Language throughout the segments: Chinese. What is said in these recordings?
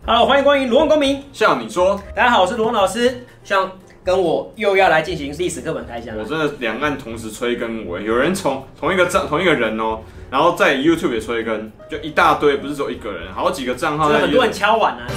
Hello， 欢迎光临罗文公民。 像你说， 大家好，我是罗文老师。像跟我又要来进行历史课本开箱。 我真的两岸同时催更我，有人同一个人哦，然后在 YouTube 也催更，就一大堆，不是只有一个人，好几个账号， 很多人敲碗啊。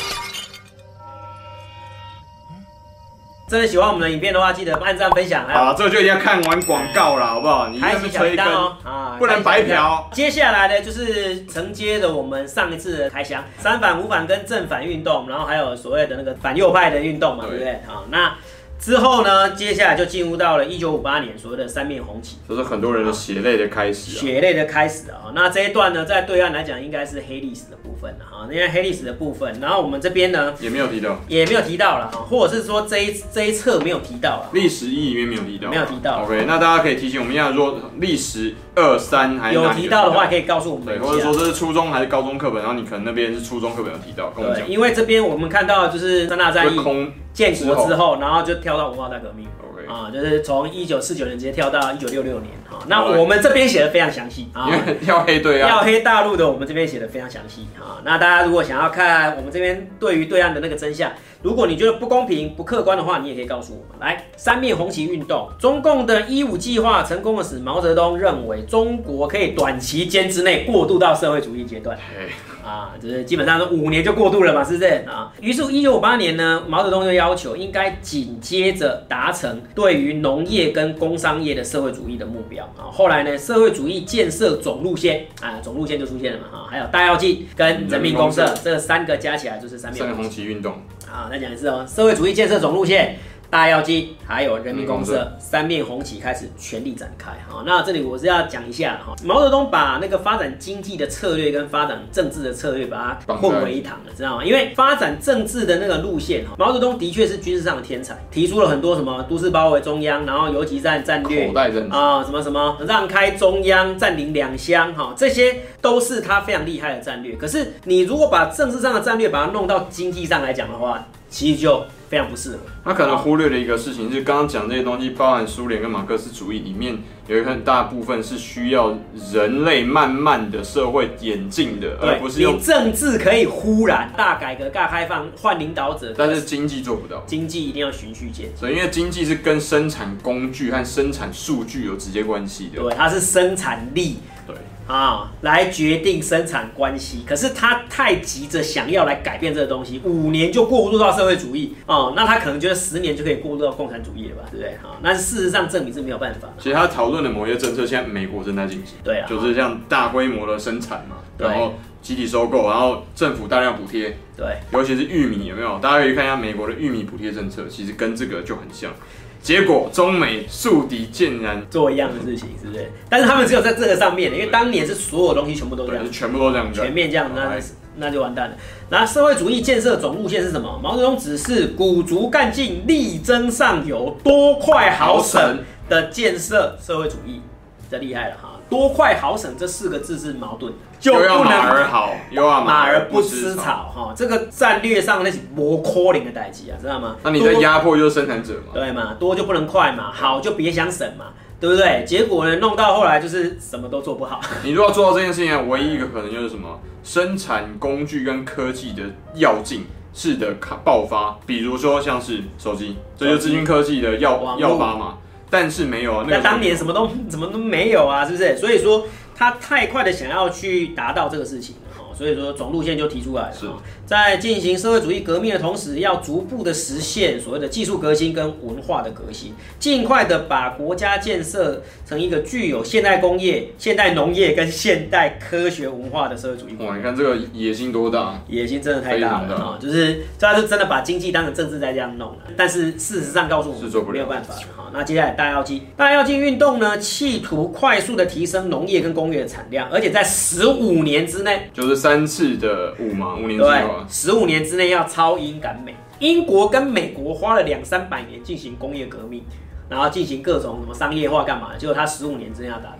真的喜欢我们的影片的话，记得按赞、分享。 好，这个就一定要看完广告啦，好不好？你开启小铃铛哦， 不能白嫖。 接下来呢，就是承接着我们上一次的开箱，三反、五反跟正反运动，然后还有所谓的那个反右派的运动嘛，对不对？好，那之后呢，接下来就进入到了1958年所谓的三面红旗， 这是很多人的血泪的开始。 血泪的开始啊！那这一段呢，在对岸来讲，应该是黑历史的部分了哈，因为黑历史的部分，然后我们这边呢也没有提到了哈，或者是说这一册没有提到了， 历史意义里面没有提到， 没有提到。 OK， 那大家可以提醒我们一下，说历史2、3还有提到的话，可以告诉我们一下， 或者说这是初中还是高中课本，然后你可能那边是初中课本有提到，跟我讲。 因为这边我们看到就是三大战役建国之后，然后就跳到文化大革命。就是从1949年直接跳到1966年哈。那我们这边写的非常详细啊， 因为要黑对岸， 要黑大陆的，我们这边写的非常详细啊。那大家如果想要看我们这边对于对岸的那个真相，如果你觉得不公平、不客观的话，你也可以告诉我们。来，三面红旗运动，中共的15计划成功的使毛泽东认为中国可以短期间之内过渡到社会主义阶段。就是基本上是5年就过渡了嘛，是不是啊？于是1958年呢，毛泽东就要求应该紧接着达成对于农业跟工商业的社会主义的目标啊。后来呢，社会主义建设总路线总路线就出现了嘛哈，还有大跃进跟人民公社这3个加起来就是三面红旗运动啊。再讲一次哦，社会主义建设总路线、大跃进还有人民公社三面红旗开始全力展开。那这里我是要讲一下毛泽东把那个发展经济的策略跟发展政治的策略把它混为一谈了，知道吗？因为发展政治的那个路线，毛泽东的确是军事上的天才，提出了很多什么都市包围中央，然后游击战战略， 口袋政治什么让开中央，占领2乡，这些都是他非常厉害的战略。可是你如果把政治上的战略把它弄到经济上来讲的话，其实就非常不适合。 他可能忽略了一个事情，就是刚刚讲这些东西，包含苏联跟马克思主义里面有一个很大部分是需要人类慢慢的社会演进的，而不是用你政治可以忽然大改革、大开放、换领导者， 但是经济做不到。 经济一定要循序渐进， 所以因为经济是跟生产工具和生产数据有直接关系的。 对，它是生产力。对。来决定生产关系，可是他太急着想要来改变这个东西，5年就过渡到社会主义那他可能觉得10年就可以过渡到共产主义了吧，对不对？但是事实上证明是没有办法的。 其实他讨论的某些政策，现在美国正在进行， 对啊， 就是像大规模的生产嘛，然后集体收购，然后政府大量补贴， 对， 尤其是玉米有没有？大家可以看一下美国的玉米补贴政策，其实跟这个就很像。结果中美宿敌竟然做一样的事情，是不是？但是他们只有在这个上面，因为当年是所有东西全部都这样， 全部都这样， 全面这样，那就完蛋了。那社会主义建设总路线是什么？毛泽东只是鼓足干劲，力争上游，多快好省的建设社会主义，这厉害了哈！多快好省这4个字是矛盾的， 就要马儿好，又要马儿不吃草这个战略上那是不可能的代志知道吗？ 那你在压迫就是生产者嘛？ 对嘛，多就不能快嘛，好就别想省嘛。对不对？结果呢，弄到后来就是什么都做不好。 你如果要做到这件事情，唯一一个可能就是什么？生产工具跟科技的跃进式的爆发，比如说像是手机，这就是资讯科技的跃发嘛。但是没有那当年什么都没有啊，是不是？所以说他太快的想要去达到这个事情。所以说总路线就提出来了，在进行社会主义革命的同时，要逐步的实现所谓的技术革新跟文化的革新，尽快的把国家建设成一个具有现代工业、现代农业跟现代科学文化的社会主义。 哇，你看这个野心多大！ 野心真的太大了就是他是真的把经济当成政治在这样弄了，但是事实上告诉我们是没有办法的那接下来大跃进运动呢，企图快速的提升农业跟工业的产量，而且在15年之内， 就是3次的5嘛，5年计划 ，15年之内要超英赶美。英国跟美国花了200-300年进行工业革命，然后进行各种什么商业化干嘛的，结果他15年之内要达到。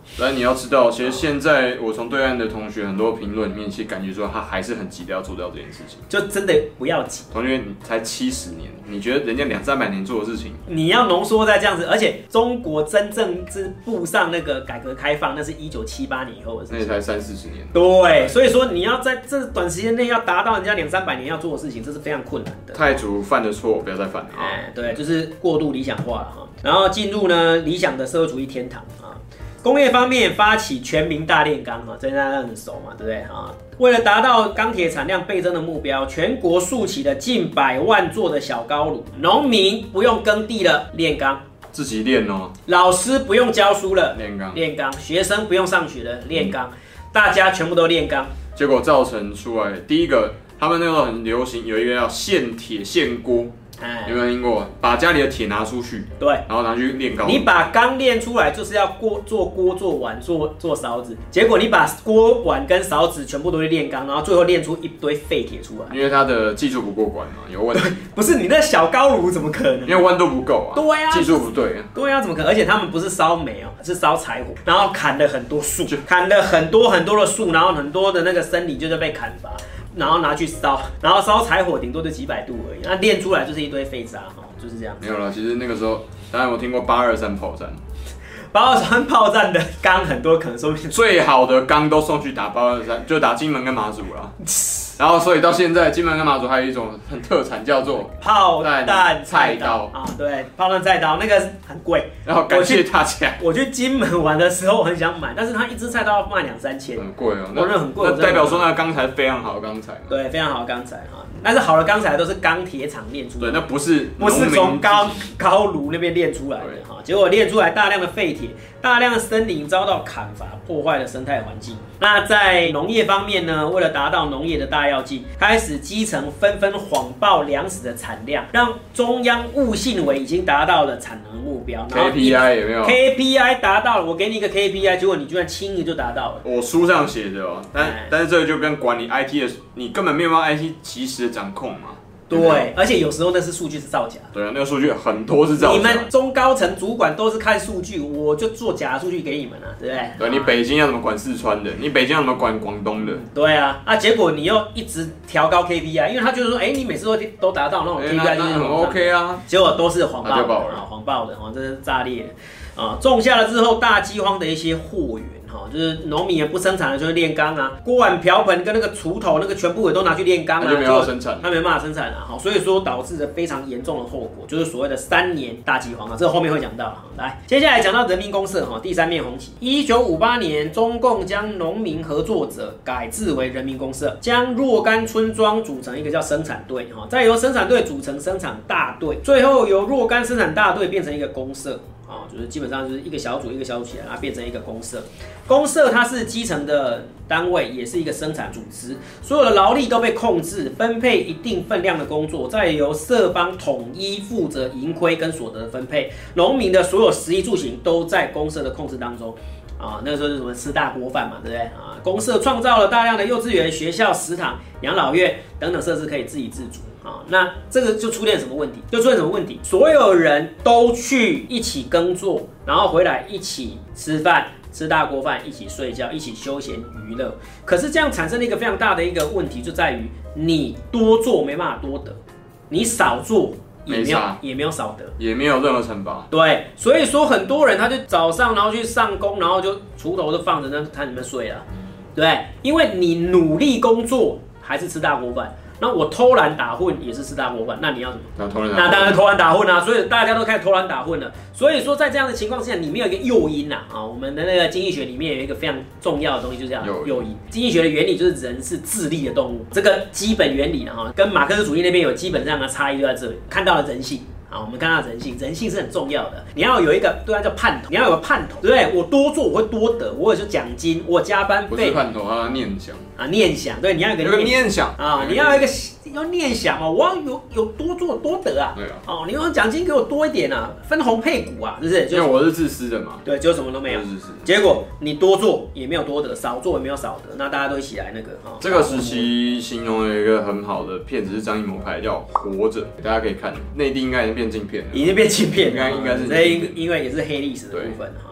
但你要知道，其实现在我从对岸的同学很多评论里面，其实感觉说他还是很急的要做到这件事情。 就真的不要急。 同学，你才70年，你觉得人家200-300年做的事情， 你要浓缩在这样子，而且中国真正是步上那个改革开放，那是1978年以后的事情， 那也才30-40年。 对，所以说你要在这短时间内要达到人家200-300年要做的事情，这是非常困难的。 太祖犯的错不要再犯了啊！ 对，就是过度理想化了哈。然后进入呢理想的社会主义天堂啊。工业方面发起全民大炼钢哈，这大家很熟嘛，对不对啊？为了达到钢铁产量倍增的目标，全国竖起了近100万座的小高炉，农民不用耕地了，炼钢。 自己练哦， 老师不用教书了， 炼钢， 学生不用上学了，炼钢，大家全部都炼钢。 结果造成出来第一个，他们那时候很流行有一个叫现铁现锅。有没有听过？把家里的铁拿出去， 对， 然后拿去炼钢。 你把钢炼出来，就是要做锅、做碗、做勺子。结果你把锅、碗跟勺子全部都去炼钢，然后最后炼出一堆废铁出来。 因为它的技术不过关嘛，有问题。 不是你那小高炉怎么可能？ 因为温度不够啊。 对啊， 技术不对。 对啊，怎么可能？而且他们不是烧煤哦，是烧柴火，然后砍了很多树，砍了很多的树，然后很多的那个森林就是被砍伐。然后拿去烧，然后烧柴火顶多就几百度而已，那炼出来就是一堆废渣哈，就是这样。 没有啦，其实那个时候，当然我听过823炮战 ，823炮战的钢很多可能说最好的钢都送去打823，就打金门跟马祖啦。然后，所以到现在，金门跟马祖还有一种很特产，叫做炮弹菜刀啊，对，炮弹菜刀那个很贵。 然后感谢大家。 我去金门玩的时候很想买，但是它一支菜刀要卖2-3千， 很贵哦， 那很贵。 那代表说那个钢材非常好的钢材。 对，非常好的钢材哈，但是好的钢材都是钢铁厂炼出来的。 对，那不是从高炉那边炼出来的哈，结果炼出来大量的废铁，大量的森林遭到砍伐，破坏了生态环境。那在农业方面呢，为了达到农业的大跃进，开始基层纷纷谎报粮食的产量，让中央误信为已经达到了产能目标。 KPI 有没有 ？KPI 达到了，我给你一个 KPI， 结果你居然轻易就达到了。 我书上写的哦，但是这个就跟管理 IT 的，你根本没有办法 IT 及时的掌控嘛。 对，而且有时候那是数据是造假。 对啊，那个数据很多是造假。 你们中高层主管都是看数据，我就做假的数据给你们啊，对不对？ 对，你北京要怎么管四川的？你北京要怎么管广东的？ 对啊，结果你又一直调高 KPI，因为他就是说，你每次都达到那种 KPI 就是很 OK 啊， 结果都是谎报的，谎报的，这是炸裂啊！种下了之后大饥荒的一些货源。就是农民也不生产了，就是炼钢啊，锅碗瓢盆跟那个锄头那个全部也都拿去炼钢啊， 他就没有生产， 他没办法生产啊，所以说导致了非常严重的后果，就是所谓的3年大饥荒啊，这个后面会讲到。来，接下来讲到人民公社第3面红旗。1958年，中共将农民合作社改制为人民公社，将若干村庄组成一个叫生产队再由生产队组成生产大队，最后由若干生产大队变成一个公社。就是基本上就是一个小组起来，然后变成一个公社。公社它是基层的单位，也是一个生产组织，所有的劳力都被控制，分配一定分量的工作，再由社方统一负责盈亏跟所得的分配。农民的所有食衣住行都在公社的控制当中。那个时候是什么吃大锅饭嘛，对不对公社创造了大量的幼稚园、学校、食堂、养老院等等设施可以自给自足。那这个就出现什么问题？所有人都去一起耕作，然后回来一起吃饭，吃大锅饭，一起睡觉，一起休闲娱乐。可是这样产生了一个非常大的一个问题，就在于你多做没办法多得，你少做也没有少得，也没有任何惩罚。 对，所以说很多人他就早上然后去上工，然后就锄头就放着那摊里面睡了，对，因为你努力工作还是吃大锅饭。那我偷懒打混也是吃大锅饭，那你要怎么？那当然偷懒打混啊！所以大家都开始偷懒打混了。所以说，在这样的情况之下，你没有一个诱因我们的那个经济学里面有一个非常重要的东西，就是这样诱因。经济学的原理就是人是自利的动物，这个基本原理跟马克思主义那边有基本上的差异就在这里。看到了人性。我们看到人性是很重要的。你要有一个对叫盼头，你要有个盼头，对不对？我多做我会多得，我有奖金，我加班费。 不是盼头，它念想念想，对，你要有个念想你要有一个要念想嘛，我要有多做多得啊。 对啊。 你用奖金给我多一点啊，分红配股啊，是不是？ 因为我是自私的嘛。 对，就什么都没有。结果你多做也没有多得，少做也没有少得，那大家都一起来那个这个时期形容有一个很好的片子是张艺谋拍，叫《活着》，大家可以看。内地应该已经变禁片了。 已经变禁片了， 应该是。 因为也是黑历史的部分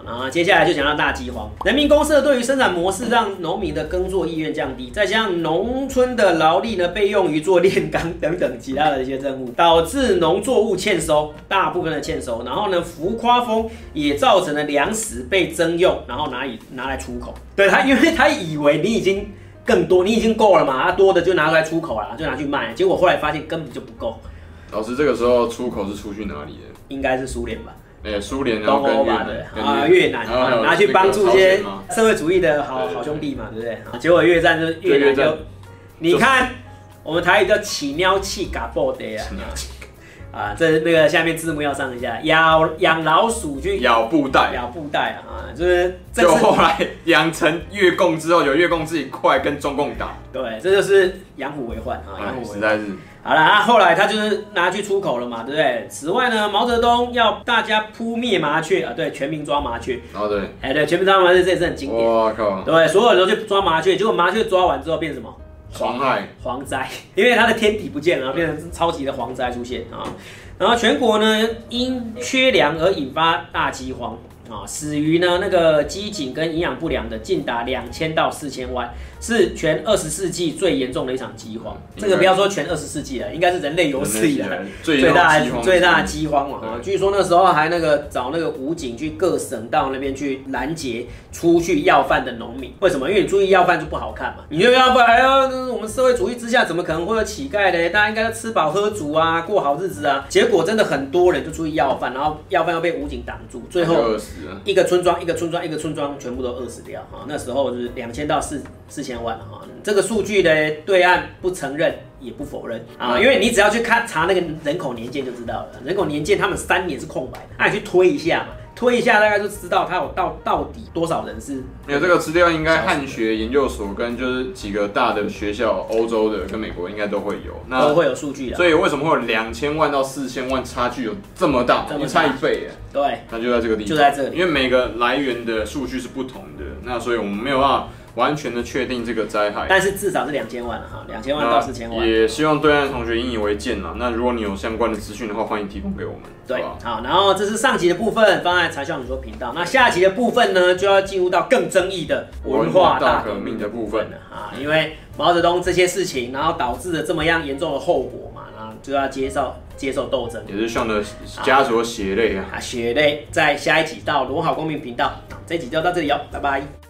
然后接下来就讲到大饥荒，人民公社对于生产模式让农民的耕作意愿降低，再加上农村的劳力呢被用于做炼钢等等其他的一些任务，导致农作物欠收，大部分的欠收。然后呢，浮夸风也造成了粮食被征用，然后拿来出口。对他，因为他以为你已经更多，你已经够了嘛，他多的就拿出来出口了，就拿去卖。结果后来发现根本就不够。 老师，这个时候出口是出去哪里的？ 应该是苏联吧。 苏联然后跟越南拿去帮助这些社会主义的好兄弟嘛，对不对？结果越战就越南就，你看我们台语叫起尿气嘎爆的啊，这那个下面字幕要上一下，养老鼠去咬布袋啊，就是就后来养成越共之后，有越共自己快跟中共打， 对，这就是养虎为患啊，养虎为患实在是。 好了，那后来他就是拿去出口了嘛，对不对？此外呢，毛泽东要大家扑灭麻雀啊，对，全民抓麻雀。 哦，对， 对，全民抓麻雀这也是很经典。 哇靠！ 对，所有人都去抓麻雀，结果麻雀抓完之后变成什么？蝗灾，因为它的天敌不见了，变成超级的蝗灾出现啊。然后全国呢因缺粮而引发大饥荒啊，死于呢那个饥馑跟营养不良的近达2000到4000万，是全20世纪最严重的一场饥荒。这个不要说全20世纪了，应该是人类有史以来最大的饥荒嘛。据说那时候还找那个武警去各省道那边去拦截出去要饭的农民。为什么？因为你出去要饭就不好看嘛。你就要不然我们社会主义之下怎么可能会有乞丐呢？大家应该要吃饱喝足啊，过好日子啊。结果真的很多人就出去要饭，然后要饭又被武警挡住，最后一个村庄全部都饿死掉啊！那时候就是2000到4000万啊！这个数据呢，对岸不承认也不否认啊，因为你只要去查那个人口年鉴就知道了，人口年鉴他们3年是空白的，那你去推一下嘛。推一下大概就知道它有到底多少人是。 有这个资料应该汉学研究所跟就是几个大的学校，欧洲的跟美国应该都会有， 都会有数据的。 所以为什么会有2000万到4000万差距有这么大？差1倍耶。 对， 那就在这个地方， 就在这里， 因为每个来源的数据是不同的，那所以我们没有办法完全的确定这个灾害， 但是至少是2000万了哈，2000万到4000万。 也希望对岸同学引以为戒啦。那如果你有相关的资讯的话，欢迎提供给我们。 对，好，然后这是上集的部分，放在柴孝你说频道。那下集的部分呢，就要进入到更争议的文化大革命的部分了啊，因为毛泽东这些事情，然后导致了这么样严重的后果嘛，然后就要接受斗争， 也是向着家族血泪啊， 血泪。在下一集到罗好公民频道，这一集就到这里哦，拜拜。